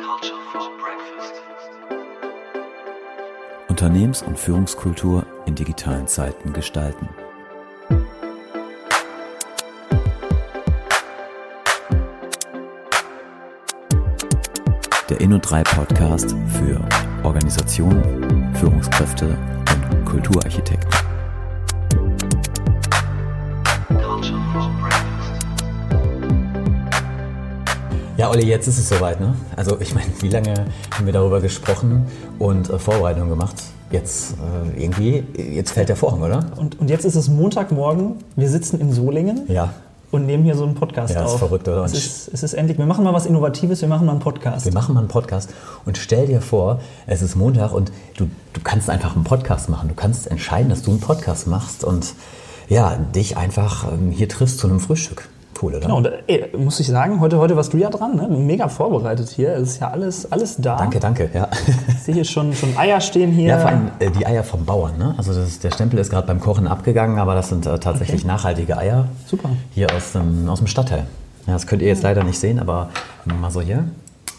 Culture for Breakfast. Unternehmens- und Führungskultur in digitalen Zeiten gestalten. Der Inno3 Podcast für Organisationen, Führungskräfte und Kulturarchitekten. Culture for Breakfast. Ja, Olli, jetzt ist es soweit, ne? Also ich meine, wie lange haben wir darüber gesprochen und Vorbereitungen gemacht? Jetzt jetzt fällt der Vorhang, oder? Und jetzt ist es Montagmorgen, wir sitzen in Solingen Ja. und nehmen hier so einen Podcast Ja, auf. ist verrückt, oder? Es ist endlich, wir machen mal was Innovatives, wir machen mal einen Podcast. Wir machen mal einen Podcast und stell dir vor, es ist Montag und du kannst einfach einen Podcast machen. Du kannst entscheiden, dass du einen Podcast machst und ja, dich einfach hier triffst zu einem Frühstück. Cool, oder? Genau, und muss ich sagen, heute warst du ja dran, ne? Mega vorbereitet hier, es ist ja alles da. Danke, ja. Ich sehe hier schon Eier stehen hier. Ja, vor allem die Eier vom Bauern, ne? Also der Stempel ist gerade beim Kochen abgegangen, aber das sind tatsächlich nachhaltige Eier. Super. Hier aus dem Stadtteil. Ja, das könnt ihr jetzt leider nicht sehen, aber mal so hier.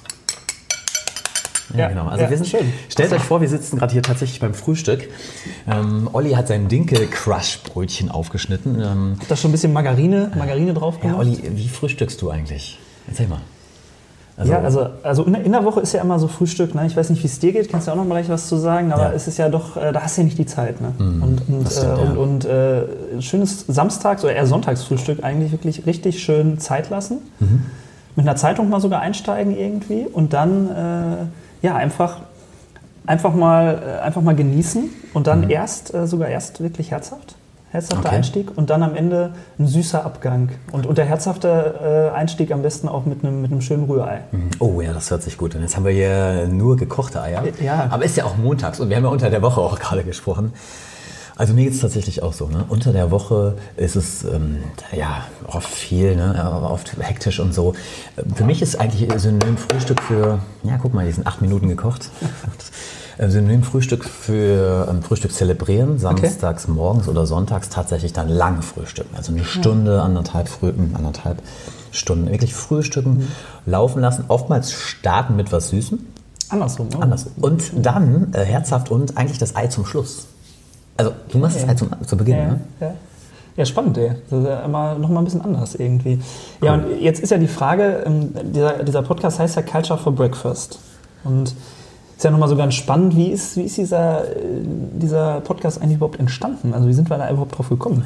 Ja, genau. Also wir sind schön. Stellt euch vor, wir sitzen gerade hier tatsächlich beim Frühstück. Olli hat sein Dinkel-Crush-Brötchen aufgeschnitten. Hat da schon ein bisschen Margarine drauf Ja, gemacht? Olli, wie frühstückst du eigentlich? Erzähl mal. Also in der Woche ist ja immer so Frühstück, ne? Ich weiß nicht, wie es dir geht, kannst du auch noch mal gleich was zu sagen, aber es ist ja doch, da hast du ja nicht die Zeit. Ne? Und ein schönes Samstags- oder eher Sonntagsfrühstück eigentlich wirklich richtig schön Zeit lassen. Mit einer Zeitung mal sogar einsteigen irgendwie und dann einfach mal genießen und dann erst wirklich herzhafter Einstieg und dann am Ende ein süßer Abgang. Und der herzhafte Einstieg am besten auch mit einem schönen Rührei. Oh ja, das hört sich gut an. Jetzt haben wir hier nur gekochte Eier. Ja. Aber ist ja auch montags und wir haben ja unter der Woche auch gerade gesprochen. Also mir geht es tatsächlich auch so. Ne? Unter der Woche ist es oft viel, ne? Oft hektisch und so. Für mich ist eigentlich Synonym Frühstück für, ja guck mal, die sind 8 Minuten gekocht. Synonym Frühstück für Frühstück zelebrieren, samstags morgens oder sonntags tatsächlich dann lange frühstücken. Also eine Stunde, anderthalb Stunden. Wirklich frühstücken, laufen lassen, oftmals starten mit was Süßem. Andersrum. Und dann herzhaft und eigentlich das Ei zum Schluss. Also du machst das Ei zu Beginn, ne? Ja, spannend, ey. Das ist ja immer noch mal ein bisschen anders irgendwie. Ja, und jetzt ist ja die Frage, dieser Podcast heißt ja Culture for Breakfast. Und ist ja nochmal so ganz spannend, wie ist dieser Podcast eigentlich überhaupt entstanden? Also wie sind wir da überhaupt drauf gekommen?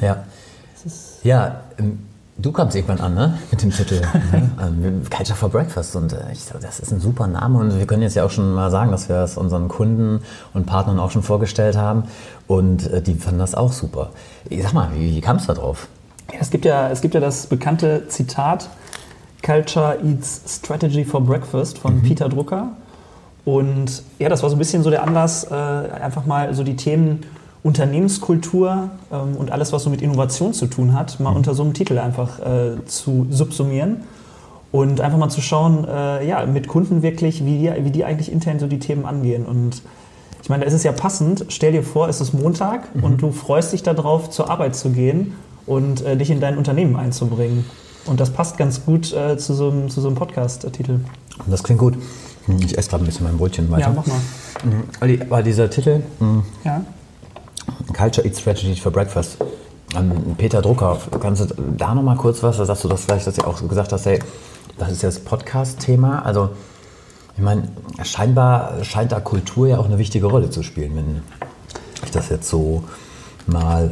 Du kamst irgendwann an, ne? Mit dem Titel Culture for Breakfast und ich glaube, das ist ein super Name und wir können jetzt ja auch schon mal sagen, dass wir es unseren Kunden und Partnern auch schon vorgestellt haben und die fanden das auch super. Sag mal, wie kam es da drauf? Ja, es gibt ja das bekannte Zitat Culture Eats Strategy for Breakfast von Peter Drucker und ja, das war so ein bisschen so der Anlass, einfach mal so die Themen Unternehmenskultur und alles, was so mit Innovation zu tun hat, mal unter so einem Titel einfach zu subsumieren und einfach mal zu schauen, mit Kunden wirklich, wie die eigentlich intern so die Themen angehen. Und ich meine, da ist es ja passend, stell dir vor, es ist Montag und du freust dich darauf, zur Arbeit zu gehen und dich in dein Unternehmen einzubringen. Und das passt ganz gut zu so einem Podcast-Titel. Das klingt gut. Ich esse gerade ein bisschen mein Brötchen weiter. Ja, mach mal. Olli, aber dieser Titel... Ja. Culture Eats Strategy for Breakfast. Peter Drucker, kannst du da noch mal kurz was, da sagst du das vielleicht, dass du auch gesagt hast, hey, das ist ja das Podcast-Thema. Also, ich meine, scheinbar scheint da Kultur ja auch eine wichtige Rolle zu spielen, wenn ich das jetzt so mal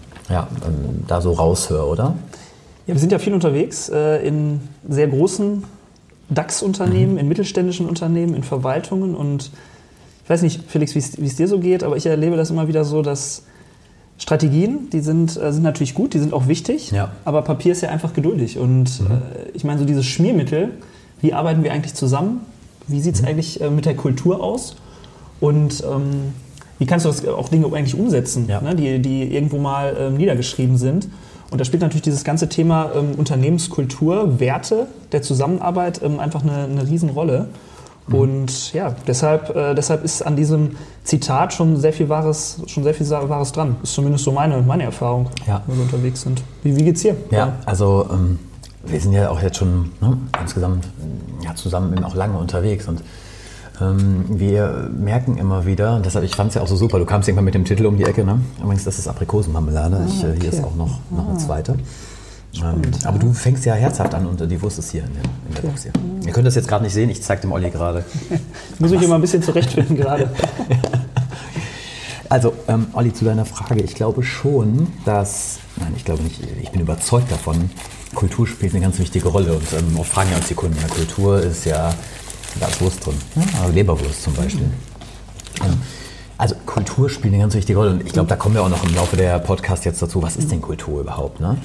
da so raushöre, oder? Ja, wir sind ja viel unterwegs in sehr großen DAX-Unternehmen, in mittelständischen Unternehmen, in Verwaltungen und ich weiß nicht, Felix, wie es dir so geht, aber ich erlebe das immer wieder so, dass Strategien, die sind natürlich gut, die sind auch wichtig, aber Papier ist ja einfach geduldig. Und ich meine, so dieses Schmiermittel, wie arbeiten wir eigentlich zusammen? Wie sieht es eigentlich mit der Kultur aus? Und wie kannst du das auch Dinge eigentlich umsetzen, ne, die irgendwo mal niedergeschrieben sind? Und da spielt natürlich dieses ganze Thema Unternehmenskultur, Werte der Zusammenarbeit einfach eine Riesenrolle. Und ja, deshalb ist an diesem Zitat schon sehr viel Wahres dran. Ist zumindest so meine Erfahrung, wenn wir unterwegs sind. Wie geht's dir? Ja, also wir sind ja auch jetzt schon insgesamt zusammen eben auch lange unterwegs und wir merken immer wieder, und deshalb, ich fand es ja auch so super, du kamst irgendwann mit dem Titel um die Ecke, ne? Übrigens, das ist Aprikosenmarmelade, okay. Hier ist auch noch eine zweite. Aber du fängst ja herzhaft an und die Wurst ist hier in der Box hier. Ihr könnt das jetzt gerade nicht sehen, ich zeige dem Olli gerade. Ich muss mich hier mal ein bisschen zurechtfinden gerade. Also, Olli, zu deiner Frage, ich glaube schon, ich glaube nicht, ich bin überzeugt davon, Kultur spielt eine ganz wichtige Rolle und oft fragen ja uns die Kunden, Kultur ist ja, da ist Wurst drin, Leberwurst zum Beispiel. Also Kultur spielt eine ganz wichtige Rolle und ich glaube, da kommen wir auch noch im Laufe der Podcast jetzt dazu, was ist denn Kultur überhaupt? Ne?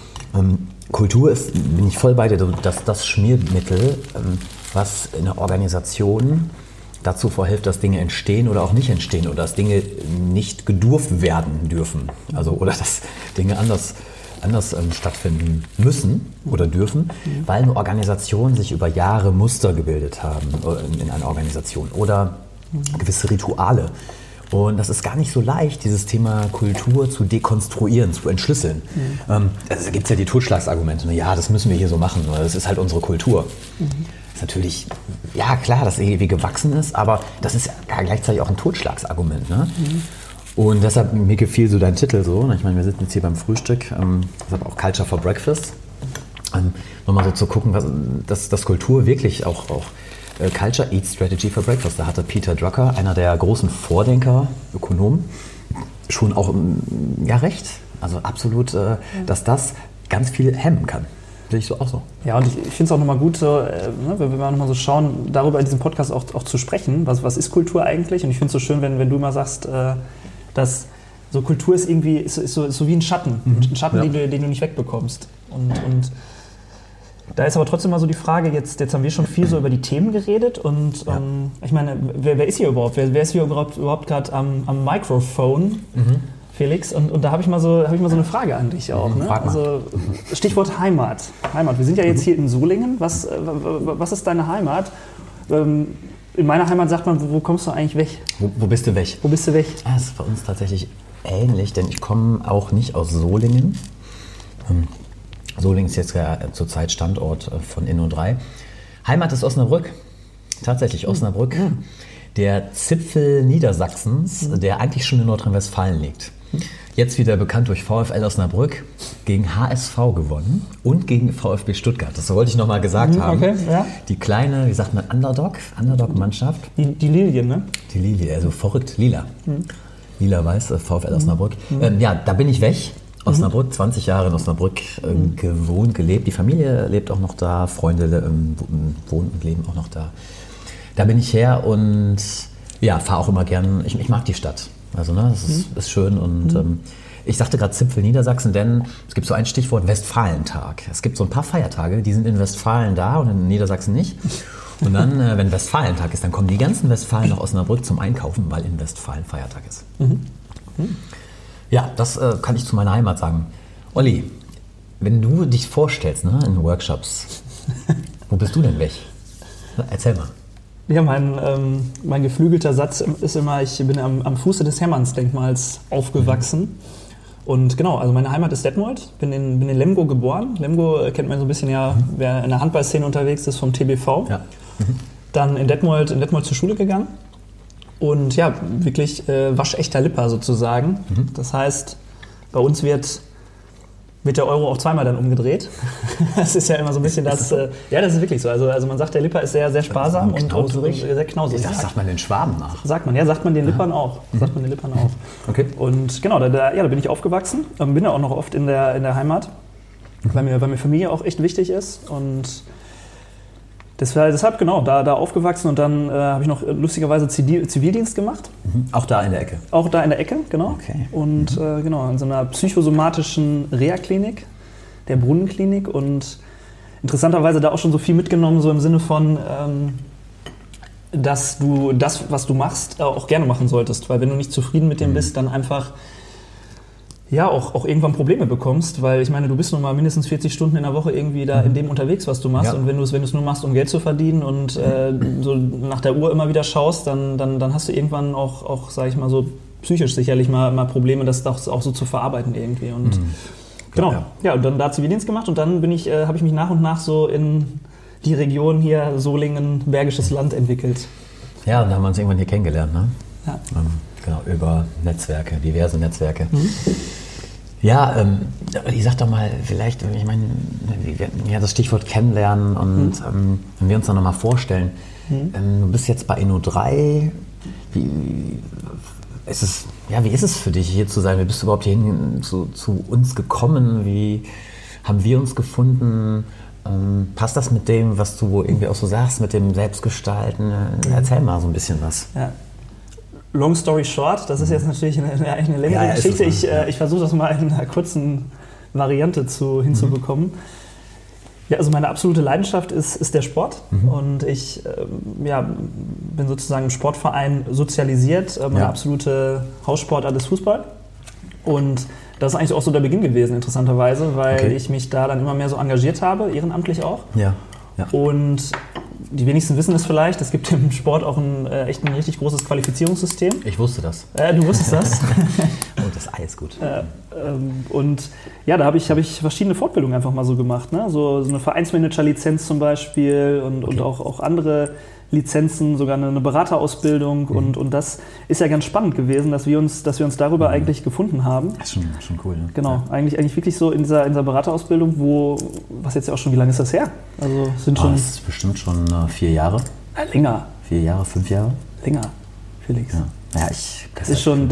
Kultur ist, bin ich voll bei dir, das Schmiermittel, was in einer Organisation dazu verhilft, dass Dinge entstehen oder auch nicht entstehen oder dass Dinge nicht gedurft werden dürfen. Also, oder dass Dinge anders stattfinden müssen oder dürfen, weil eine Organisation sich über Jahre Muster gebildet haben in einer Organisation oder gewisse Rituale. Und das ist gar nicht so leicht, dieses Thema Kultur zu dekonstruieren, zu entschlüsseln. Also da gibt es ja die Totschlagsargumente, ja, das müssen wir hier so machen, weil das ist halt unsere Kultur. Das ist natürlich, ja klar, dass irgendwie gewachsen ist, aber das ist ja gleichzeitig auch ein Totschlagsargument. Ne? Und deshalb, mir gefiel so dein Titel so, ich meine, wir sitzen jetzt hier beim Frühstück, deshalb auch Culture for Breakfast. Nochmal so zu gucken, dass Kultur wirklich auch Culture Eats Strategy for Breakfast. Da hatte Peter Drucker, einer der großen Vordenker, Ökonomen, schon auch recht. Also absolut, dass das ganz viel hemmen kann. Sehe ich so auch so. Ja, und ich finde es auch nochmal gut, so, wenn wir nochmal so schauen, darüber in diesem Podcast auch zu sprechen. Was ist Kultur eigentlich? Und ich finde es so schön, wenn du immer sagst, dass so Kultur ist irgendwie so wie ein Schatten. Ein Schatten, den du nicht wegbekommst. Und da ist aber trotzdem mal so die Frage, jetzt haben wir schon viel so über die Themen geredet und ich meine, wer ist hier überhaupt? Wer ist hier überhaupt gerade am Mikrofon, Felix? Und da habe ich mal so eine Frage an dich auch. Ne? Also Stichwort Heimat. Wir sind ja jetzt hier in Solingen. Was ist deine Heimat? In meiner Heimat sagt man, wo kommst du eigentlich weg? Wo bist du weg? Das ist bei uns tatsächlich ähnlich, denn ich komme auch nicht aus Solingen. Solingen ist jetzt ja zurzeit Standort von Inno3. Heimat ist Osnabrück, tatsächlich Osnabrück, der Zipfel Niedersachsens, der eigentlich schon in Nordrhein-Westfalen liegt. Jetzt wieder bekannt durch VfL Osnabrück, gegen HSV gewonnen und gegen VfB Stuttgart. Das wollte ich nochmal gesagt haben. Okay, ja. Die kleine, wie sagt man, Underdog-Mannschaft. Die Lilien, ne? Die Lilie, also verrückt, lila. Lila-weiß, VfL Osnabrück. Ja, da bin ich weg. Osnabrück, 20 Jahre in Osnabrück gewohnt, gelebt. Die Familie lebt auch noch da, Freunde wohnen und leben auch noch da. Da bin ich her und fahre auch immer gern. Ich mag die Stadt. Also das ist schön und ich sagte gerade Zipfel Niedersachsen, denn es gibt so ein Stichwort Westfalentag. Es gibt so ein paar Feiertage, die sind in Westfalen da und in Niedersachsen nicht. Und dann, wenn Westfalentag ist, dann kommen die ganzen Westfalen nach Osnabrück zum Einkaufen, weil in Westfalen Feiertag ist. Ja, das kann ich zu meiner Heimat sagen. Olli, wenn du dich vorstellst, ne, in Workshops, wo bist du denn weg? Erzähl mal. Ja, mein geflügelter Satz ist immer, ich bin am Fuße des Hermannsdenkmals aufgewachsen. Und genau, also meine Heimat ist Detmold, bin in Lemgo geboren. Lemgo kennt man so ein bisschen, wer in der Handballszene unterwegs ist, vom TBV. Ja. Dann in Detmold zur Schule gegangen. Und ja, wirklich waschechter Lipper sozusagen. Das heißt, bei uns wird der Euro auch zweimal dann umgedreht. Das ist ja immer so ein bisschen das, das ist wirklich so. Also man sagt, der Lipper ist sehr, sehr sparsam und sehr knausrig. Das sagt man den Schwaben nach. Sagt man den Lippern auch. Okay. Und genau, da bin ich aufgewachsen, bin ja auch noch oft in der Heimat, weil mir Familie auch echt wichtig ist und deshalb genau, da aufgewachsen und dann habe ich noch lustigerweise Zivildienst gemacht. Auch da in der Ecke? Auch da in der Ecke, genau. Okay. Und genau, in so einer psychosomatischen Reha-Klinik, der Brunnenklinik und interessanterweise da auch schon so viel mitgenommen, so im Sinne von, dass du das, was du machst, auch gerne machen solltest. Weil wenn du nicht zufrieden mit dem bist, dann einfach auch irgendwann Probleme bekommst, weil ich meine, du bist nun mal mindestens 40 Stunden in der Woche irgendwie da in dem unterwegs, was du machst. Ja. Und wenn du es nur machst, um Geld zu verdienen und so nach der Uhr immer wieder schaust, dann hast du irgendwann auch, sag ich mal so, psychisch sicherlich mal Probleme, das auch so zu verarbeiten irgendwie. Und Genau. Ja. Ja, und dann da Zivildienst gemacht und dann habe ich mich nach und nach so in die Region hier, Solingen, Bergisches Land entwickelt. Ja, und da haben wir uns irgendwann hier kennengelernt, ne? Ja. Genau, über Netzwerke, diverse Netzwerke. Ja, ich sag doch mal, vielleicht, ich meine, ja, das Stichwort kennenlernen und wenn wir uns dann nochmal vorstellen, du bist jetzt bei Inno3, wie ist es für dich, hier zu sein? Wie bist du überhaupt hierhin zu uns gekommen? Wie haben wir uns gefunden? Passt das mit dem, was du irgendwie auch so sagst, mit dem Selbstgestalten? Erzähl mal so ein bisschen was. Ja. Long story short, das ist jetzt natürlich eine längere Geschichte. Ich versuche das mal in einer kurzen Variante hinzubekommen. Ja, also meine absolute Leidenschaft ist der Sport und ich bin sozusagen im Sportverein sozialisiert. Meine absolute Haussportart ist Fußball und das ist eigentlich auch so der Beginn gewesen, interessanterweise, weil ich mich da dann immer mehr so engagiert habe, ehrenamtlich auch. Ja. Und die wenigsten wissen es vielleicht, es gibt im Sport auch ein richtig großes Qualifizierungssystem. Ich wusste das. Du wusstest das? Und das Ei ist gut. Und ja, da habe ich verschiedene Fortbildungen einfach mal so gemacht. Ne? So eine Vereinsmanager-Lizenz zum Beispiel und auch andere Lizenzen, sogar eine Beraterausbildung. Und das ist ja ganz spannend gewesen, dass wir uns darüber eigentlich gefunden haben. Das ist schon cool. Ne? Genau, eigentlich wirklich so in dieser Beraterausbildung, was jetzt ja auch schon, wie lange ist das her? Also sind das ist bestimmt schon 4 Jahre. Länger. 4 Jahre, 5 Jahre? Länger, Felix. Ja. Ja, das ist schon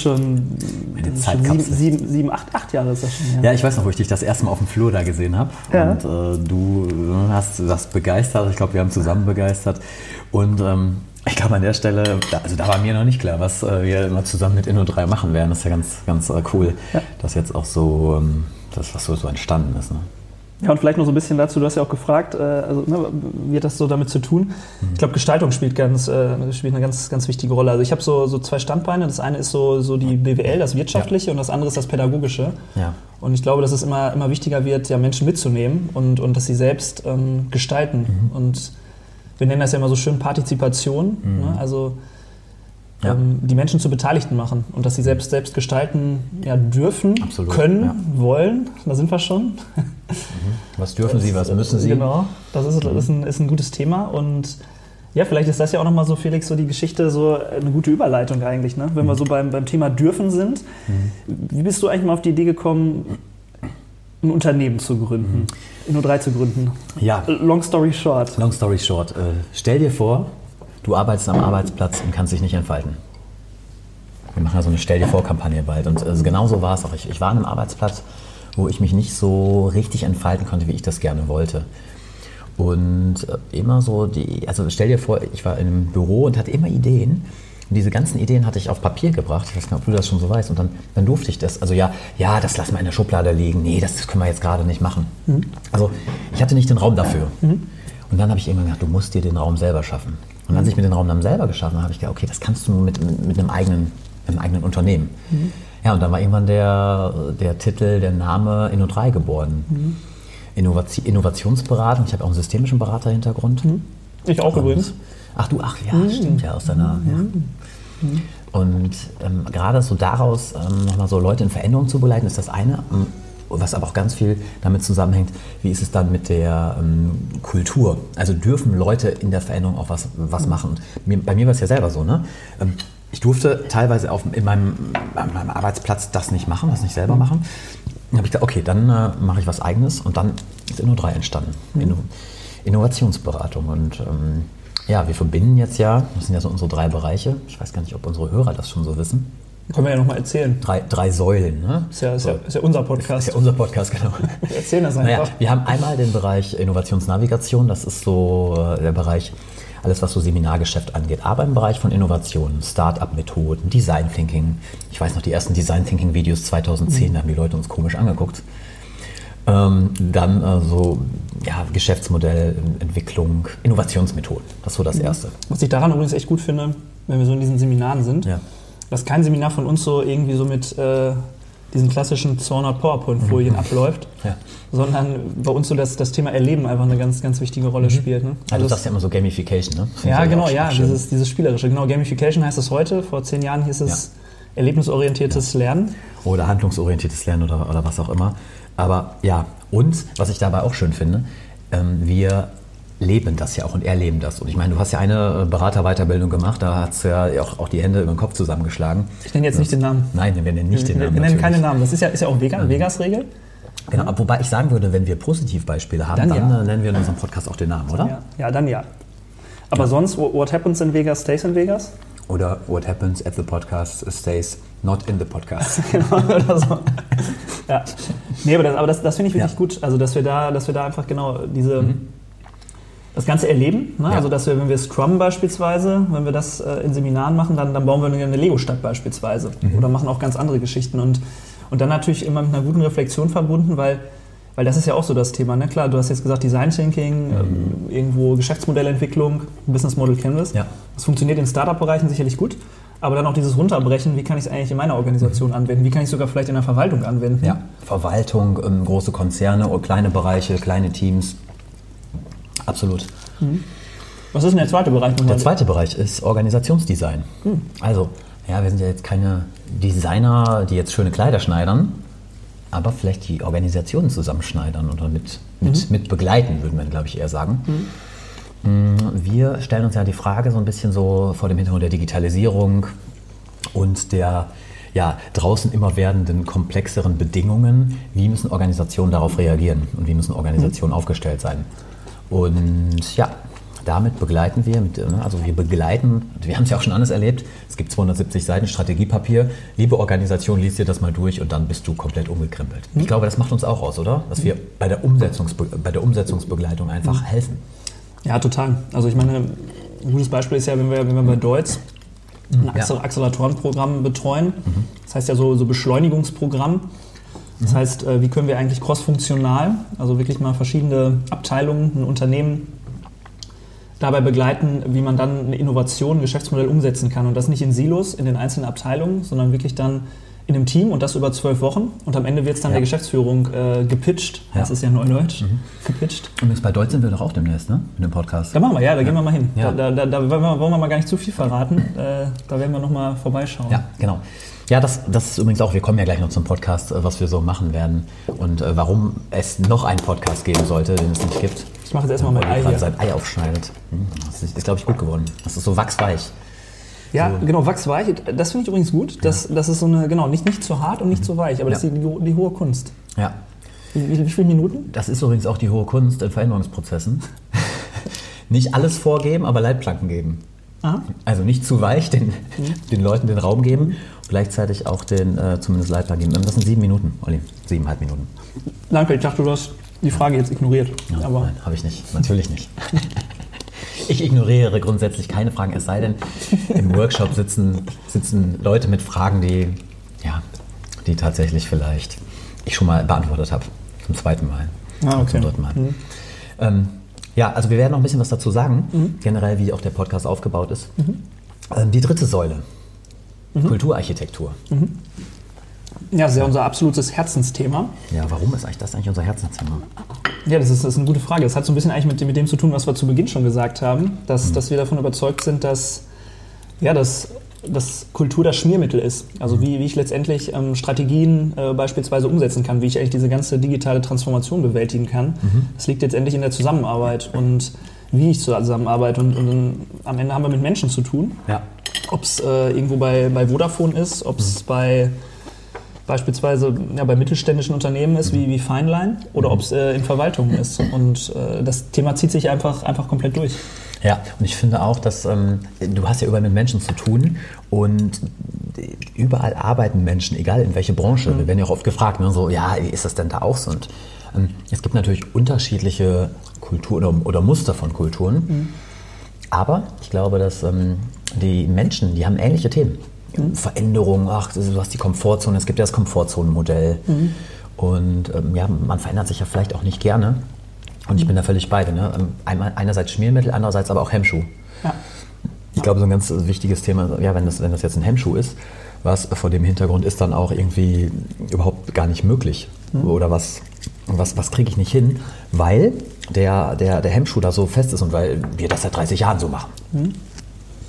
eine Zeitkapsel. 7, 8 Jahre ist das schon. Ja, ich weiß noch, wo ich dich das erste Mal auf dem Flur da gesehen habe. Ja. Und du hast das begeistert. Ich glaube, wir haben zusammen begeistert. Und ich glaube an der Stelle, da war mir noch nicht klar, was wir immer zusammen mit Inno3 machen werden. Das ist ja ganz, ganz cool, dass jetzt auch so das, was so entstanden ist. Ne? Ja, und vielleicht noch so ein bisschen dazu, du hast ja auch gefragt, wie hat das so damit zu tun? Ich glaube, Gestaltung spielt eine ganz, ganz wichtige Rolle. Also ich habe so 2 Standbeine. Das eine ist so die BWL, das Wirtschaftliche, und das andere ist das Pädagogische. Ja. Und ich glaube, dass es immer wichtiger wird, ja, Menschen mitzunehmen und dass sie selbst gestalten. Und wir nennen das ja immer so schön Partizipation. Ne? Also die Menschen zu Beteiligten machen und dass sie selbst gestalten dürfen, können, wollen. Da sind wir schon. Was dürfen sie, was müssen sie? Genau, das ist ein gutes Thema. Und ja, vielleicht ist das ja auch nochmal so, Felix, so die Geschichte, so eine gute Überleitung eigentlich. Ne? Wenn wir so beim Thema Dürfen sind. Wie bist du eigentlich mal auf die Idee gekommen, ein Unternehmen zu gründen, Inno3 zu gründen? Ja. Long story short. Long story short. Stell dir vor, du arbeitest am Arbeitsplatz und kannst dich nicht entfalten. Wir machen ja so eine Stell-dir-vor-Kampagne bald. Und genau so war es auch. Ich war an einem Arbeitsplatz, wo ich mich nicht so richtig entfalten konnte, wie ich das gerne wollte. Und immer so also stell dir vor, ich war in einem Büro und hatte immer Ideen. Und diese ganzen Ideen hatte ich auf Papier gebracht. Ich weiß nicht, ob du das schon so weißt. Und dann durfte ich das. Also das lassen wir in der Schublade liegen. Nee, das können wir jetzt gerade nicht machen. Also ich hatte nicht den Raum dafür. Und dann habe ich irgendwann gedacht, du musst dir den Raum selber schaffen. Und als ich mir den Raum dann selber geschaffen habe, habe ich gedacht, okay, das kannst du mit einem eigenen Unternehmen. Ja, und dann war irgendwann der Titel, der Name Inno3 geboren. Innovationsberatung. Ich habe auch einen systemischen Beraterhintergrund. Ich auch übrigens. Stimmt ja, aus deiner... Ja. Und gerade so daraus nochmal so Leute in Veränderung zu begleiten, ist das eine. Was aber auch ganz viel damit zusammenhängt, wie ist es dann mit der Kultur? Also dürfen Leute in der Veränderung auch was machen? Bei mir war es ja selber so, ne? Ich durfte teilweise in meinem Arbeitsplatz das nicht machen, das nicht selber machen. Dann habe ich gesagt, okay, dann mache ich was Eigenes und dann ist Inno3 entstanden. Innovationsberatung. Und wir verbinden jetzt das sind ja so unsere 3 Bereiche. Ich weiß gar nicht, ob unsere Hörer das schon so wissen. Können wir ja nochmal erzählen. 3 Säulen. Ne? Ist ja unser Podcast. Ist ja unser Podcast, genau. Wir erzählen das einfach. Wir haben einmal den Bereich Innovationsnavigation. Das ist so der Bereich, alles was so Seminargeschäft angeht. Aber im Bereich von Innovationen, Start-up-Methoden, Design Thinking. Ich weiß noch, die ersten Design Thinking-Videos 2010, da haben die Leute uns komisch angeguckt. Dann Geschäftsmodellentwicklung, Innovationsmethoden. Das ist so das Erste. Was ich daran übrigens echt gut finde, wenn wir so in diesen Seminaren sind, dass kein Seminar von uns so irgendwie so mit diesen klassischen 200 PowerPoint-Folien abläuft, sondern bei uns so das Thema Erleben einfach eine ganz, ganz wichtige Rolle spielt. Ne? Also du sagst ja immer so Gamification, ne? Dieses Spielerische. Genau, Gamification heißt es heute. Vor 10 Jahren hieß es erlebnisorientiertes Lernen. Oder handlungsorientiertes Lernen oder was auch immer. Aber ja, und was ich dabei auch schön finde, wir leben das ja auch und erleben das. Und ich meine, du hast ja eine Beraterweiterbildung gemacht, da hast du ja auch die Hände über den Kopf zusammengeschlagen. Ich nenne jetzt nicht den Namen. Nein, wir nennen nicht den Namen. Wir nennen keine Namen. Das ist ja auch Vegas-Regel. Genau, wobei ich sagen würde, wenn wir Positivbeispiele haben, dann nennen wir in unserem Podcast auch den Namen, oder? Ja, dann ja. Aber sonst, what happens in Vegas stays in Vegas? Oder what happens at the podcast stays not in the podcast. Genau, oder so. Ja. Nee, aber das finde ich wirklich gut. Also, dass wir da einfach genau das Ganze erleben. Ne? Ja. Also, dass wir, wenn wir Scrum beispielsweise, wenn wir das in Seminaren machen, dann bauen wir eine Lego-Stadt beispielsweise. Oder machen auch ganz andere Geschichten. Und dann natürlich immer mit einer guten Reflexion verbunden, weil das ist ja auch so das Thema. Ne? Klar, du hast jetzt gesagt Design Thinking, irgendwo Geschäftsmodellentwicklung, Business Model Canvas. Ja. Das funktioniert in Startup-Bereichen sicherlich gut. Aber dann auch dieses Runterbrechen, wie kann ich es eigentlich in meiner Organisation anwenden? Wie kann ich es sogar vielleicht in der Verwaltung anwenden? Ja, Verwaltung, große Konzerne, kleine Bereiche, kleine Teams. Absolut. Was ist denn der zweite Bereich nochmal? Der zweite Bereich ist Organisationsdesign. Also, ja, wir sind ja jetzt keine Designer, die jetzt schöne Kleider schneidern, aber vielleicht die Organisationen zusammenschneidern oder mit begleiten, würden wir, glaube ich, eher sagen. Wir stellen uns ja die Frage so ein bisschen so vor dem Hintergrund der Digitalisierung und der draußen immer werdenden komplexeren Bedingungen, wie müssen Organisationen darauf reagieren und wie müssen Organisationen aufgestellt sein. Und ja, damit begleiten wir, wir haben es ja auch schon anders erlebt, es gibt 270 Seiten Strategiepapier, liebe Organisation, liest dir das mal durch und dann bist du komplett umgekrempelt. Ich glaube, das macht uns auch aus, oder? Dass wir bei der Umsetzungsbegleitung einfach helfen. Ja, total. Also ich meine, ein gutes Beispiel ist ja, wenn wir bei Deutz ein Acceleratorenprogramm betreuen, das heißt ja so Beschleunigungsprogramm. Das heißt, wie können wir eigentlich crossfunktional, also wirklich mal verschiedene Abteilungen, ein Unternehmen dabei begleiten, wie man dann eine Innovation, ein Geschäftsmodell umsetzen kann. Und das nicht in Silos, in den einzelnen Abteilungen, sondern wirklich dann in einem Team und das über 12 Wochen. Und am Ende wird es dann der Geschäftsführung gepitcht. Das ist ja Neudeutsch, gepitcht. Und bei Deutz sind wir doch auch demnächst, ne? In dem Podcast. Da machen wir, da gehen wir mal hin. Ja. Da wollen wir mal gar nicht zu viel verraten. Da werden wir nochmal vorbeischauen. Ja, genau. Ja, das ist übrigens auch, wir kommen ja gleich noch zum Podcast, was wir so machen werden und warum es noch einen Podcast geben sollte, den es nicht gibt. Ich mache jetzt erstmal mein Ei hier. Sein Ei aufschneidet. Das ist, glaube ich, gut geworden. Das ist so wachsweich. Ja, so. Genau, wachsweich. Das finde ich übrigens gut. Das ist so eine, genau, nicht zu hart und nicht zu weich, aber das ist die hohe Kunst. Ja. Wie viele Minuten? Das ist übrigens auch die hohe Kunst in Veränderungsprozessen. Nicht alles vorgeben, aber Leitplanken geben. Aha. Also nicht zu weich, den Leuten den Raum geben, gleichzeitig auch den zumindest Leitplanken geben. Das sind 7 Minuten, Olli. 7,5 Minuten. Danke, ich dachte, du hast die Frage jetzt ignoriert. Ja, aber nein, habe ich nicht. Natürlich nicht. Ich ignoriere grundsätzlich keine Fragen, es sei denn, im Workshop sitzen Leute mit Fragen, die tatsächlich vielleicht ich schon mal beantwortet habe. Zum zweiten Mal. Zum dritten Mal. Also wir werden noch ein bisschen was dazu sagen, generell wie auch der Podcast aufgebaut ist. Die dritte Säule, Kulturarchitektur. Ja, das ist ja unser absolutes Herzensthema. Ja, warum ist das eigentlich unser Herzensthema? Ja, das ist eine gute Frage. Das hat so ein bisschen eigentlich mit dem zu tun, was wir zu Beginn schon gesagt haben, dass wir davon überzeugt sind, dass Kultur das Schmiermittel ist. Also wie ich letztendlich Strategien beispielsweise umsetzen kann, wie ich eigentlich diese ganze digitale Transformation bewältigen kann. Das liegt letztendlich in der Zusammenarbeit und wie ich zusammenarbeite. Und am Ende haben wir mit Menschen zu tun. Ja. Ob es irgendwo bei Vodafone ist, ob es beispielsweise bei mittelständischen Unternehmen ist, wie Fineline, oder ob es in Verwaltungen ist. Und das Thema zieht sich einfach komplett durch. Ja, und ich finde auch, dass du hast ja überall mit Menschen zu tun und überall arbeiten Menschen, egal in welche Branche. Wir werden ja auch oft gefragt, ne, so, ja, wie ist das denn da auch so? Und es gibt natürlich unterschiedliche Kulturen oder Muster von Kulturen, aber ich glaube, dass die Menschen, die haben ähnliche Themen. Veränderung, du hast die Komfortzone, es gibt ja das Komfortzonenmodell und man verändert sich ja vielleicht auch nicht gerne. Und ich bin da völlig bei dir. Ne? Einerseits Schmiermittel, andererseits aber auch Hemmschuh. Ja. Ich glaube, so ein ganz wichtiges Thema, wenn das jetzt ein Hemmschuh ist, was vor dem Hintergrund ist dann auch irgendwie überhaupt gar nicht möglich. Oder was kriege ich nicht hin, weil der Hemmschuh da so fest ist und weil wir das seit 30 Jahren so machen.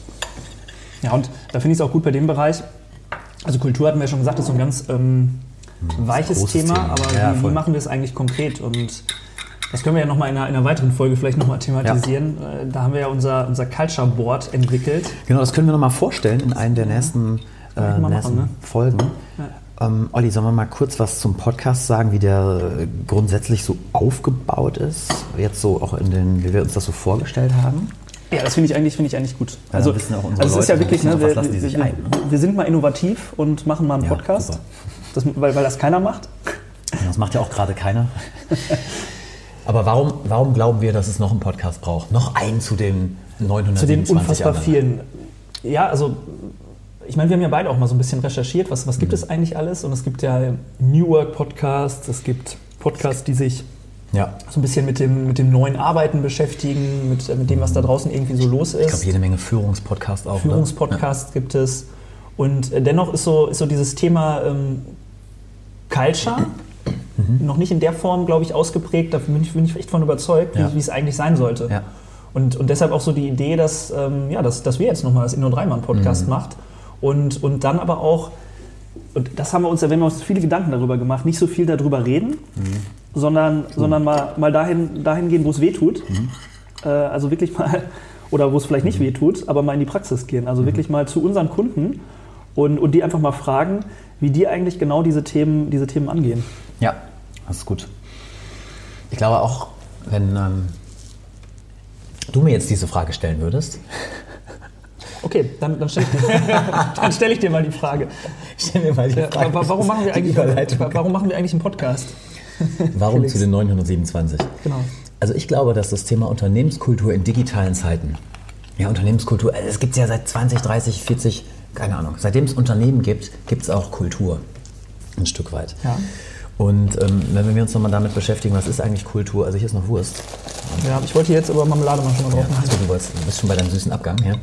Ja, und da finde ich es auch gut bei dem Bereich. Also Kultur hatten wir ja schon gesagt, ist so ein ganz weiches großes Thema, Thema. aber Ja, wie voll. machen wir es eigentlich konkret? Und das können wir ja nochmal in einer weiteren Folge vielleicht nochmal thematisieren. Da haben wir ja unser Culture Board entwickelt. Genau, das können wir nochmal vorstellen in einem der nächsten, wir mal nächsten machen, ne? Folgen. Olli, sollen wir mal kurz was zum Podcast sagen, wie der grundsätzlich so aufgebaut ist? Jetzt so auch wie wir uns das so vorgestellt haben? Ja, das finde ich eigentlich gut. Ja, dann wissen auch unsere es ist ja Leute, wirklich, auf ne, was lassen die sich ein, ne? wir sind mal innovativ und machen mal einen Ja, Podcast, super. weil das keiner macht. Das macht ja auch gerade keiner. Aber warum glauben wir, dass es noch einen Podcast braucht? Noch einen zu den 927 Zu den unfassbar anderen? vielen. Ja, also ich meine, wir haben ja beide auch mal so ein bisschen recherchiert, was gibt es eigentlich alles? Und es gibt ja New Work Podcasts, es gibt Podcasts, die sich Ja. so ein bisschen mit dem neuen Arbeiten beschäftigen, mit dem, was da draußen irgendwie so los ist. Ich glaube, jede Menge Führungspodcasts auch. Führungspodcasts gibt es. Und dennoch ist so dieses Thema Culture noch nicht in der Form, glaube ich, ausgeprägt. Da bin ich echt von überzeugt, Ja. wie es eigentlich sein sollte. Ja. Und deshalb auch so die Idee, dass wir jetzt nochmal das Inno-3-Mann-Podcast macht. Und dann aber auch, und das haben wir uns, wenn wir uns viele Gedanken darüber gemacht, nicht so viel darüber reden, sondern mal dahin gehen, wo es weh tut. Also wirklich mal, oder wo es vielleicht nicht weh tut, aber mal in die Praxis gehen. Also wirklich mal zu unseren Kunden und die einfach mal fragen, wie die eigentlich genau diese Themen angehen. Ja, das ist gut. Ich glaube auch, wenn du mir jetzt diese Frage stellen würdest. Okay, dann stelle ich dir mal die Frage. Stell mir mal die Frage. Warum machen wir eigentlich einen Podcast? Warum Felix? zu den 927? Genau. Also ich glaube, dass das Thema Unternehmenskultur in digitalen Zeiten, ja, Unternehmenskultur, es gibt es ja seit 20, 30, 40, keine Ahnung. Seitdem es Unternehmen gibt, gibt es auch Kultur. Ein Stück weit. Ja. Und wenn wir uns nochmal damit beschäftigen, was ist eigentlich Kultur? Also hier ist noch Wurst. Ja, ich wollte jetzt aber Marmelade mal schon mal drauf machen. Achso, du bist schon bei deinem süßen Abgang, ja?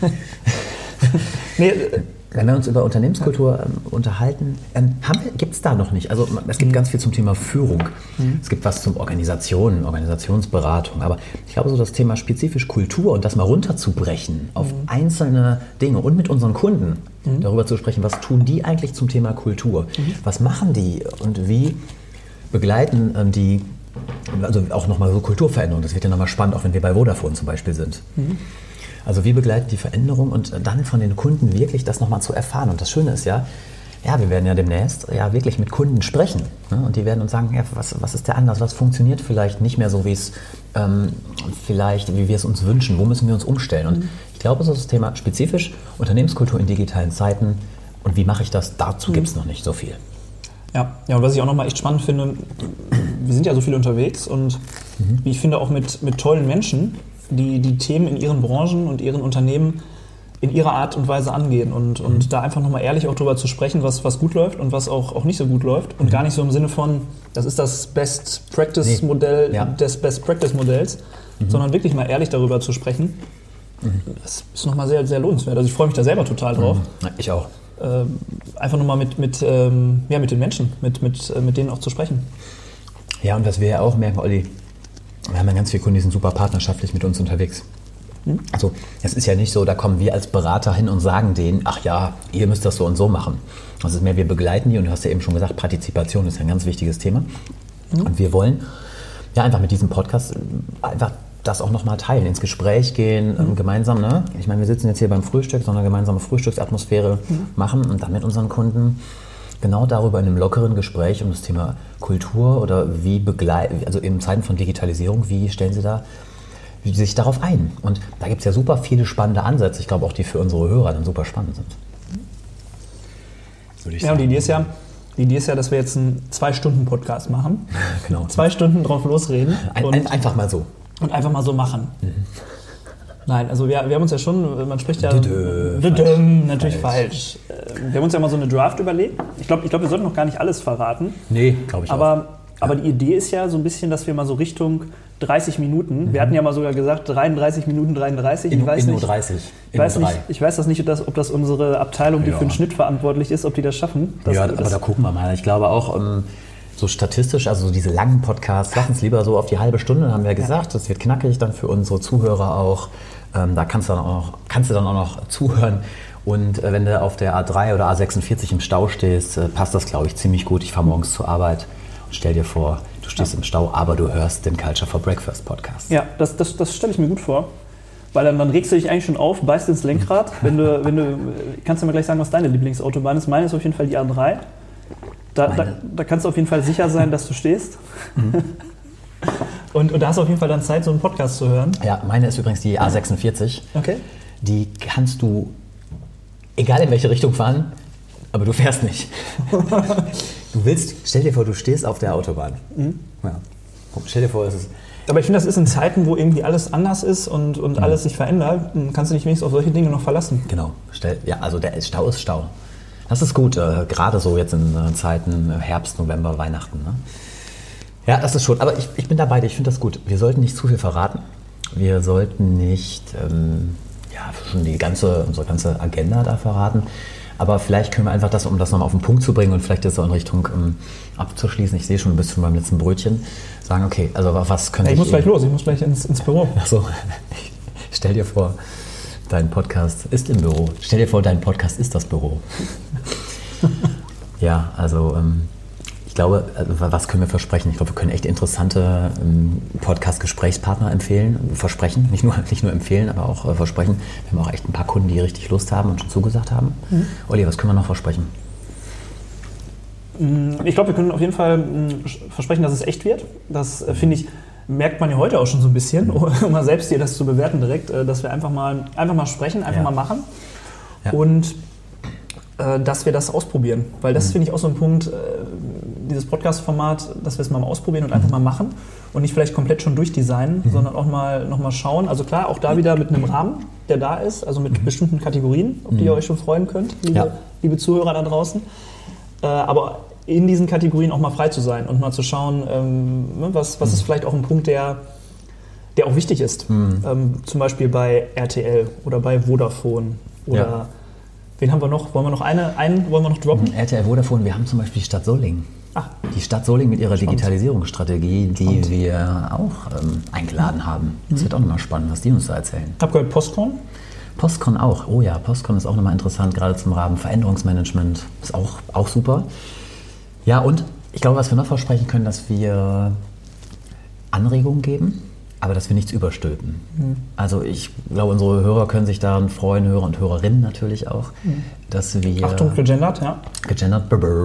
Nee, Wenn wir uns über Unternehmenskultur unterhalten, gibt es da noch nicht. Also es gibt ganz viel zum Thema Führung. Es gibt was zum Organisationsberatung. Aber ich glaube, so das Thema spezifisch Kultur und das mal runterzubrechen auf einzelne Dinge und mit unseren Kunden darüber zu sprechen, was tun die eigentlich zum Thema Kultur? Was machen die und wie begleiten die, also auch nochmal so Kulturveränderung. Das wird ja nochmal spannend, auch wenn wir bei Vodafone zum Beispiel sind. Also wie begleitet die Veränderung und dann von den Kunden wirklich das nochmal zu erfahren. Und das Schöne ist ja, wir werden ja demnächst wirklich mit Kunden sprechen. Ne? Und die werden uns sagen, ja, was ist der Anlass, was funktioniert vielleicht nicht mehr so, wie wir es uns wünschen, wo müssen wir uns umstellen. Und ich glaube, so das Thema spezifisch Unternehmenskultur in digitalen Zeiten und wie mache ich das, dazu gibt es noch nicht so viel. Ja, und was ich auch nochmal echt spannend finde, wir sind ja so viel unterwegs und wie ich finde auch mit tollen Menschen, die Themen in ihren Branchen und ihren Unternehmen in ihrer Art und Weise angehen und da einfach nochmal ehrlich auch drüber zu sprechen, was gut läuft und was auch nicht so gut läuft und gar nicht so im Sinne von, das ist das Best Practice Modell des Best Practice Modells, sondern wirklich mal ehrlich darüber zu sprechen. Das ist nochmal sehr, sehr lohnenswert. Also ich freue mich da selber total drauf. Ich auch. Einfach nochmal mit den Menschen, mit denen auch zu sprechen. Ja, und was wir ja auch merken, Olli, wir haben ja ganz viele Kunden, die sind super partnerschaftlich mit uns unterwegs. Also es ist ja nicht so, da kommen wir als Berater hin und sagen denen, ach ja, ihr müsst das so und so machen. Das ist mehr, wir begleiten die und du hast ja eben schon gesagt, Partizipation ist ja ein ganz wichtiges Thema. Und wir wollen ja einfach mit diesem Podcast einfach das auch nochmal teilen, ins Gespräch gehen, gemeinsam, ne? Ich meine, wir sitzen jetzt hier beim Frühstück, so eine gemeinsame Frühstücksatmosphäre machen und dann mit unseren Kunden genau darüber in einem lockeren Gespräch um das Thema Kultur oder also in Zeiten von Digitalisierung, wie stellen Sie sich darauf ein? Und da gibt es ja super viele spannende Ansätze, ich glaube auch, die für unsere Hörer dann super spannend sind. Ja, und die Idee ist ja, dass wir jetzt einen 2-Stunden-Podcast machen. Genau. 2 Stunden drauf losreden. Einfach mal so. Und einfach mal so machen. Nein, also wir haben uns ja schon, man spricht ja... natürlich falsch. Wir haben uns ja mal so eine Draft überlegt. Ich glaube, wir sollten noch gar nicht alles verraten. Nee, glaube ich auch. Aber die Idee ist ja so ein bisschen, dass wir mal so Richtung 30 Minuten, wir hatten ja mal sogar gesagt 33 Minuten 33, ich weiß das nicht, ob das unsere Abteilung, die für den Schnitt verantwortlich ist, ob die das schaffen. Aber da gucken wir mal. Ich glaube auch, so statistisch, also so diese langen Podcasts, lass uns lieber so auf die halbe Stunde, haben wir gesagt, das wird knackig dann für unsere Zuhörer auch. Da kannst du dann auch noch zuhören Und wenn du auf der A3 oder A46 im Stau stehst, passt das, glaube ich, ziemlich gut. Ich fahre morgens zur Arbeit und stell dir vor, du stehst im Stau, aber du hörst den Culture for Breakfast Podcast. Ja, das stelle ich mir gut vor. Weil dann regst du dich eigentlich schon auf, beißt ins Lenkrad. Wenn du kannst du mir gleich sagen, was deine Lieblingsautobahn ist. Meine ist auf jeden Fall die A3. Da kannst du auf jeden Fall sicher sein, dass du stehst. Und da hast du auf jeden Fall dann Zeit, so einen Podcast zu hören. Ja, meine ist übrigens die A46. Okay. Die kannst du, egal in welche Richtung fahren, aber du fährst nicht. Stell dir vor, du stehst auf der Autobahn. Ja. Stell dir vor, es ist... Aber ich finde, das ist in Zeiten, wo irgendwie alles anders ist und alles sich verändert, kannst du dich wenigstens auf solche Dinge noch verlassen. Genau. Also der Stau ist Stau. Das ist gut, gerade so jetzt in Zeiten Herbst, November, Weihnachten. Ne? Ja, das ist schon. Aber ich bin dabei, ich finde das gut. Wir sollten nicht zu viel verraten. Wir sollten nicht schon unsere ganze Agenda da verraten. Aber vielleicht können wir einfach um das nochmal auf den Punkt zu bringen und vielleicht jetzt so in Richtung abzuschließen. Ich sehe schon, du bist schon beim letzten Brötchen. Sagen, okay, also was könnte ich muss gleich los, ich muss gleich ins Büro. Ach so, stell dir vor, dein Podcast ist im Büro. Stell dir vor, dein Podcast ist das Büro. Ja, also ich glaube, was können wir versprechen? Ich glaube, wir können echt interessante Podcast-Gesprächspartner versprechen. Nicht nur empfehlen, aber auch versprechen. Wir haben auch echt ein paar Kunden, die richtig Lust haben und schon zugesagt haben. Olli, was können wir noch versprechen? Ich glaube, wir können auf jeden Fall versprechen, dass es echt wird. Das, finde ich, merkt man ja heute auch schon so ein bisschen, um mal selbst hier das zu bewerten direkt, dass wir einfach mal sprechen, mal machen und dass wir das ausprobieren. Weil das finde ich auch so ein Punkt, dieses Podcast-Format, dass wir es mal ausprobieren und einfach mal machen und nicht vielleicht komplett schon durchdesignen, sondern auch noch mal schauen. Also klar, auch da wieder mit einem Rahmen, der da ist, also mit bestimmten Kategorien, auf die ihr euch schon freuen könnt, liebe Zuhörer da draußen. Aber in diesen Kategorien auch mal frei zu sein und mal zu schauen, was ist vielleicht auch ein Punkt, der auch wichtig ist. Zum Beispiel bei RTL oder bei Vodafone oder wen haben wir noch? Wollen wir noch einen wollen wir noch droppen? RTL, Vodafone, wir haben zum Beispiel die Stadt Solingen. Die Stadt Solingen mit ihrer Digitalisierungsstrategie, die wir auch eingeladen haben. Das wird auch nochmal spannend, was die uns da erzählen. Ich habe gehört, Postcon? Postcon auch. Oh ja, Postcon ist auch nochmal interessant, gerade zum Rahmen Veränderungsmanagement. Ist auch super. Ja, und ich glaube, was wir noch versprechen können, dass wir Anregungen geben, aber dass wir nichts überstülpen. Also ich glaube, unsere Hörer können sich daran freuen, Hörer und Hörerinnen natürlich auch, dass wir... Achtung, gegendert, ja. Gegendert,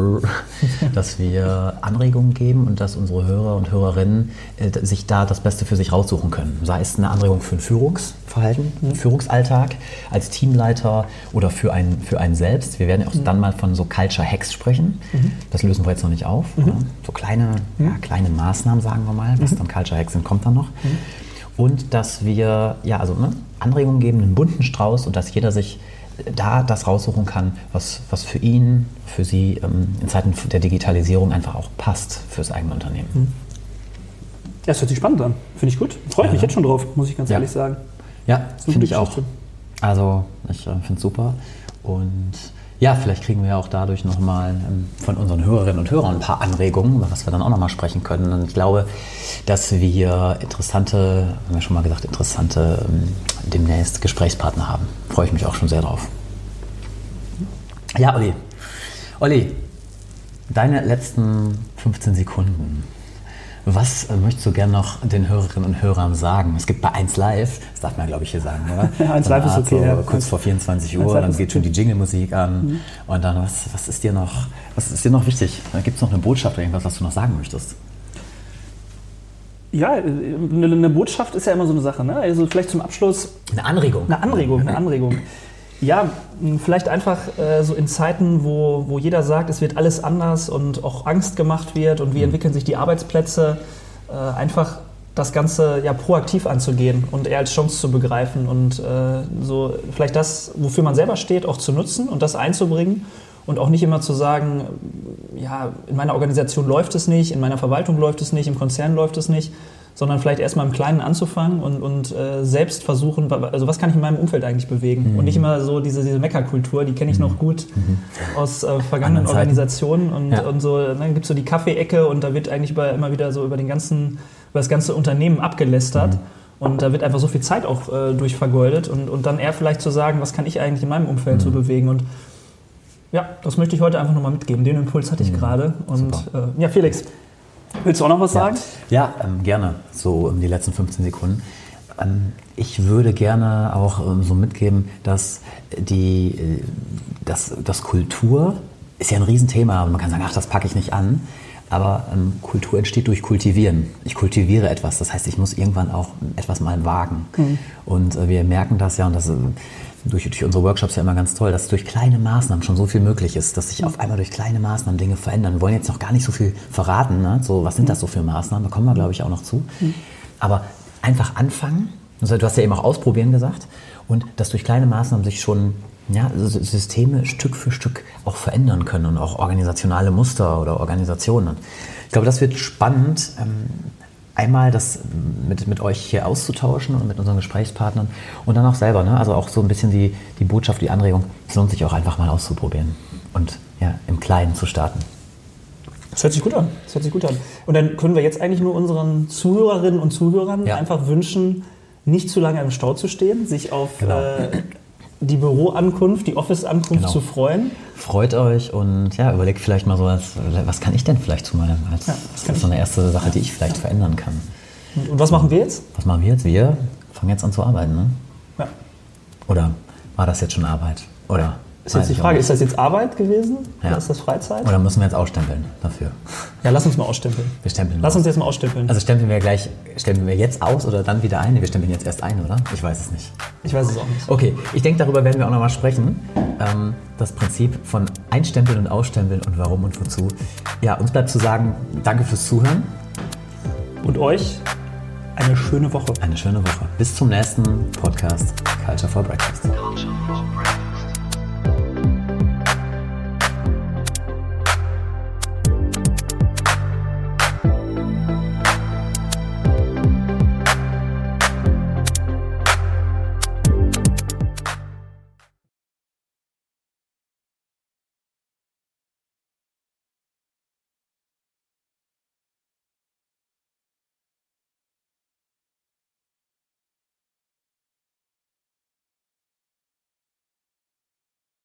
dass wir Anregungen geben und dass unsere Hörer und Hörerinnen sich da das Beste für sich raussuchen können. Sei es eine Anregung für ein Führungsverhalten, einen Führungsalltag als Teamleiter oder für einen selbst. Wir werden auch dann mal von so Culture Hacks sprechen. Das lösen wir jetzt noch nicht auf. So kleine Maßnahmen, sagen wir mal. Was dann Culture Hacks sind, kommt dann noch. Und dass wir Anregungen geben, einen bunten Strauß und dass jeder sich da das raussuchen kann, was für ihn, für sie in Zeiten der Digitalisierung einfach auch passt fürs eigene Unternehmen. Ja, das hört sich spannend an. Finde ich gut. Freue mich jetzt schon drauf, muss ich ganz ehrlich sagen. Ja, finde ich auch. Also ich finde es super. Und ja, vielleicht kriegen wir ja auch dadurch nochmal von unseren Hörerinnen und Hörern ein paar Anregungen, über was wir dann auch nochmal sprechen können. Und ich glaube, dass wir interessante demnächst Gesprächspartner haben. Freue ich mich auch schon sehr drauf. Ja, Olli, deine letzten 15 Sekunden. Was möchtest du gerne noch den Hörerinnen und Hörern sagen? Es gibt bei 1 Live, das darf man glaube ich hier sagen, oder? Ja, 1 Live ist okay. So ja. Kurz vor 24 Uhr, dann geht schon die Jingle-Musik an. Und dann, was ist dir noch wichtig? Gibt es noch eine Botschaft oder irgendwas, was du noch sagen möchtest? Ja, eine Botschaft ist ja immer so eine Sache, ne? Also vielleicht zum Abschluss... Eine Anregung. Ja, vielleicht einfach so in Zeiten, wo jeder sagt, es wird alles anders und auch Angst gemacht wird und wie entwickeln sich die Arbeitsplätze, einfach das Ganze proaktiv anzugehen und eher als Chance zu begreifen und so vielleicht das, wofür man selber steht, auch zu nutzen und das einzubringen und auch nicht immer zu sagen, ja, in meiner Organisation läuft es nicht, in meiner Verwaltung läuft es nicht, im Konzern läuft es nicht, sondern vielleicht erstmal im Kleinen anzufangen und selbst versuchen, also was kann ich in meinem Umfeld eigentlich bewegen? Und nicht immer so diese Meckerkultur, die kenne ich noch gut aus vergangenen Organisationen und so, dann gibt es so die Kaffee-Ecke und da wird eigentlich immer wieder so über das ganze Unternehmen abgelästert. Und da wird einfach so viel Zeit auch durch vergeudet und dann eher vielleicht zu sagen, was kann ich eigentlich in meinem Umfeld so bewegen. Und ja, das möchte ich heute einfach nochmal mitgeben. Den Impuls hatte ich gerade. Und ja, Felix, willst du auch noch was sagen? Ja, gerne. So die letzten 15 Sekunden. Ich würde gerne auch so mitgeben, dass das Kultur ist ja ein Riesenthema. Und man kann sagen, ach, das packe ich nicht an. Aber Kultur entsteht durch Kultivieren. Ich kultiviere etwas. Das heißt, ich muss irgendwann auch etwas mal wagen. Und wir merken das ja, und das durch unsere Workshops ja immer ganz toll, dass durch kleine Maßnahmen schon so viel möglich ist, dass sich auf einmal durch kleine Maßnahmen Dinge verändern. Wir wollen jetzt noch gar nicht so viel verraten. Ne? So, was sind das so für Maßnahmen? Da kommen wir, glaube ich, auch noch zu. Aber einfach anfangen. Also, du hast ja eben auch ausprobieren gesagt. Und dass durch kleine Maßnahmen sich schon Systeme Stück für Stück auch verändern können und auch organisationale Muster oder Organisationen. Ich glaube, das wird spannend, einmal das mit euch hier auszutauschen und mit unseren Gesprächspartnern und dann auch selber, ne? Also auch so ein bisschen die Botschaft, die Anregung, es lohnt sich auch einfach mal auszuprobieren und ja, im Kleinen zu starten. Das hört sich gut an. Und dann können wir jetzt eigentlich nur unseren Zuhörerinnen und Zuhörern einfach wünschen, nicht zu lange im Stau zu stehen, sich auf die Büroankunft, die Office-Ankunft zu freuen. Freut euch und ja, überlegt vielleicht mal so, was kann ich denn vielleicht tun? Das ist so eine erste Sache, die ich vielleicht verändern kann. Und was machen wir jetzt? Was machen wir jetzt? Wir fangen jetzt an zu arbeiten, ne? Ja. Oder war das jetzt schon Arbeit? Oder ist jetzt die Frage, ist das jetzt Arbeit gewesen? Ja. Oder ist das Freizeit? Oder müssen wir jetzt ausstempeln dafür? Ja, lass uns mal ausstempeln. Wir stempeln Lass uns jetzt mal ausstempeln. Also stempeln wir jetzt aus oder dann wieder ein? Wir stempeln jetzt erst ein, oder? Ich weiß es nicht. Ich weiß es auch nicht. Okay, ich denke, darüber werden wir auch nochmal sprechen. Das Prinzip von Einstempeln und Ausstempeln und warum und wozu. Ja, uns bleibt zu sagen, danke fürs Zuhören. Und euch eine schöne Woche. Eine schöne Woche. Bis zum nächsten Podcast Culture for Breakfast. Culture for